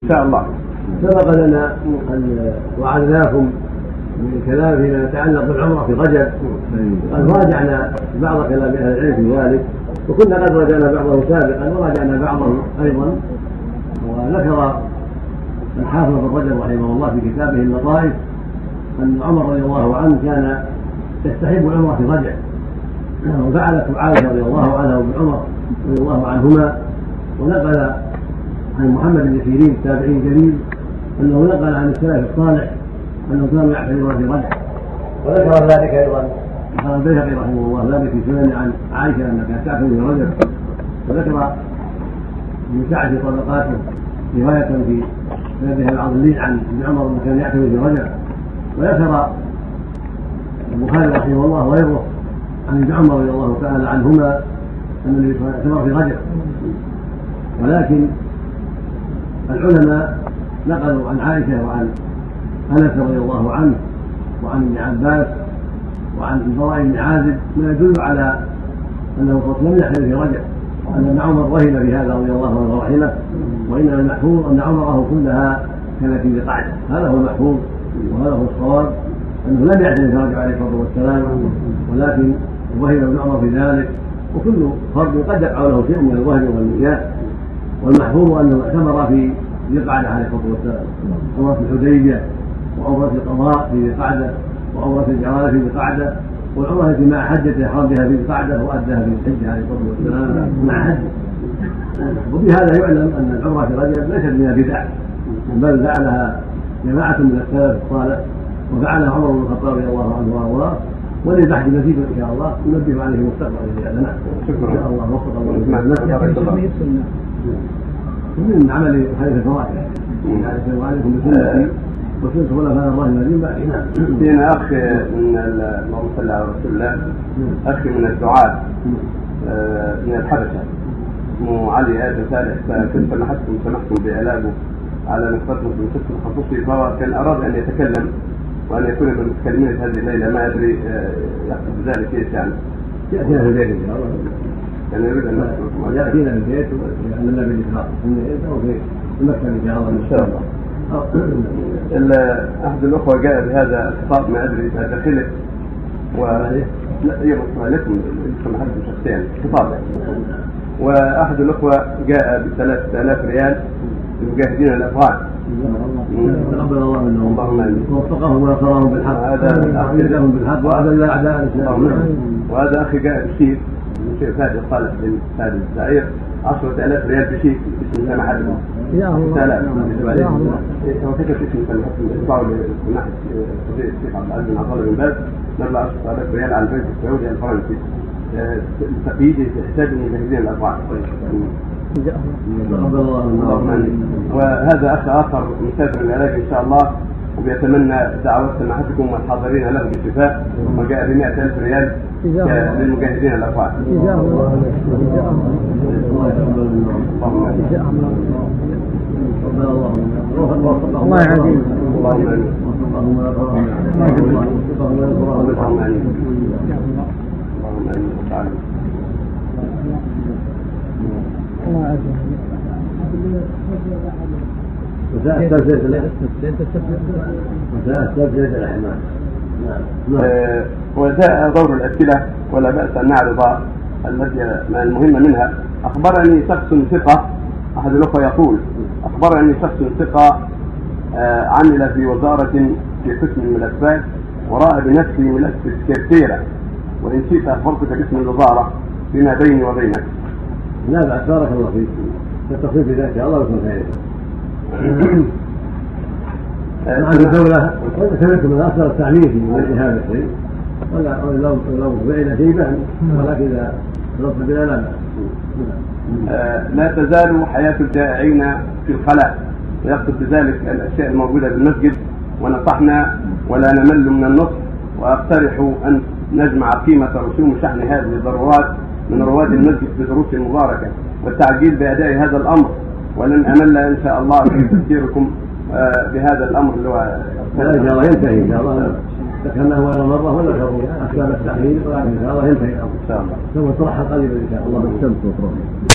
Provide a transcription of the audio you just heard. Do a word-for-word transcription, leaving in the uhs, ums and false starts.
إن شاء الله. سبق لنا أن وعدناكم من كلام فيما يتعلق بالعمرة في رجب، قد راجعنا بعض كلام أهل العلم في ذلك، وكنا قد راجعنا بعضه سابقا وراجعنا بعضه أيضا. وذكر الحافظ بن رجب رحمه الله في كتابه اللطائف أن عمر رضي الله عنه كان يستحب العمرة في رجب، وفعلت عائشة رضي الله عنها وابن عمر رضي الله عنهما. ونقل عن محمد بن سيرين التابعي الجليل انه نقل عن السلف الصالح انه كانوا يعتمرون في رجب، وذكر ذلك ايضا قال البيهقي رحمه الله ذلك في سنن عن عائشه انها كانت تعتمر في رجب، وذكر من سعه طبقاته روايه في سندها العضلين عن ابن عمر انه كان يعتمر في رجب. وذكر البخاري رحمه الله وغيره عن ابن عمر رضي الله تعالى عنهما ان النبي صلى الله عليه وسلم اعتمر في رجب. ولكن العلماء نقلوا عن عائشة وعن أنس رضي الله عنه وعن ابن عباس وعن البراء بن عازب ما يدل على أنه لم يحتمل في رجب، أن ابن عمر رهن بهذا رضي الله عنه ورحمه، وإنما المحفوظ أن عمره كلها كانت في ذي قعدة. هذا هو المحفوظ وهذا هو الصواب، أنه لم يحتمل في رجب عليه الصلاة والسلام، ولكن وهم ابن عمر في ذلك. وكل فرد قد يقع له شيء من الوهم والنسيان، والمحفوظ انه اعتمر في ذي قعده عليه الصلاه والسلام، عمره الحديبيه وعمره القضاء في ذي قعده وعمره الجوارح في ذي قعده، والعمره التي مع حجه احرم بها في ذي قعده واداها في الحج عليه الصلاه والسلام مع حجه. وبهذا يعلم ان العمره في رجب ليست من البدع، بل فعلها جماعه من السلف الصالح، وفعلها عمر بن الخطاب رضي الله عنه وارضاه. وللبحث نتيجه ان شاء الله ننبه عليه مستقبلا لهذا. نعم ان شاء الله وفق الله من عمل حديث الفوائد يعني وعليكم بسنتي وسنة خلفاء الراشدين بعد. نعم. فينا اخ من اللهم صل على رسول الله، اخ من الدعاة من الحبشه اسمه علي ادم صالح، فكنت سمحتكم سمحتم بعلاجه على نقطته من قسم تخصصي، فهو كان اراد ان يتكلم وان يكون من المتكلمين هذه الليله، ما ادري يقصد ذلك ايش يعني. ياتينا في البيت ان شاء الله، يعني يريد ان ياتينا في البيت ويعلمنا بالاجراء او في المكتب ان شاء الله. ان شاء الله. احد الاخوه جاء بهذا الخطاب، ما ادري اذا دخلت و لا يبقى لكم سمحتكم شخصيا خطاب، واحد الاخوه جاء بثلاثة آلاف ريال للمجاهدين الافغان. تقبل الله منهم، اللهم امين، ووفقهم ونصرهم بالحق، وأعزهم بالحق وأذل أعداء الإسلام. وهذا أخي جاء بشيك من شيخ فادي صالح بن فادي الزعير عشرة آلاف ريال بشيك باسم سماحتكم. يا الله يا الله. وكتب اسم سماحتكم ادفعوا لسماحة الشيخ عبد العزيز بن عبد الله بن باز مبلغ عشرة آلاف ريال على البنك السعودي الفرنسي تقييد احتاج المجاهدين الأفغان. وهذا أخ آخر مسافر العلاج إن شاء الله، وبيتمنى دعوة سماحتكم والحاضرين له بالشفاء، وجاء بمئة ألف ريال للمجاهدين الأفغان. الله يعافيك. اللهم آمين. اللهم آمين. وجاء دور الأسئلة ولا بأس أن نعرض التي المهمة منها. أخبرني شخص ثقة، أحد الأخوة يقول أخبرني شخص ثقة عمل في وزارة في قسم الملفات ورأى بنفسه ملف السكرتيرة، وإن شئت أخبرتك باسم الوزارة فيما بيني وبينك. لا بأس، بارك الله فيك، التصريف في ذلك الله يكون خير. مع الدولة سمعت من أكثر التعليم في مثل هذا الشيء، ولو لو فعل شيء فهم، ولكن إذا رفض بلا لا لا تزال حياة الجائعين في الخلاء، ويقصد بذلك الأشياء الموجودة بالمسجد، ونصحنا ولا نمل من النصح، وأقترح أن نجمع قيمة رسوم شحن هذه الضرورات من رواد المسجد بدروس المباركة والتعجيل بأداء هذا الأمر، ولن أمل إن شاء الله في تفكيركم بهذا الأمر اللي هو إن شاء الله ينتهي إن شاء الله. ذكرناه ولا مرة ولا ذكروا أسباب التحليل، ولكن إن شاء الله ينتهي الأمر إن شاء الله. ثم طرحها قريبا إن شاء الله.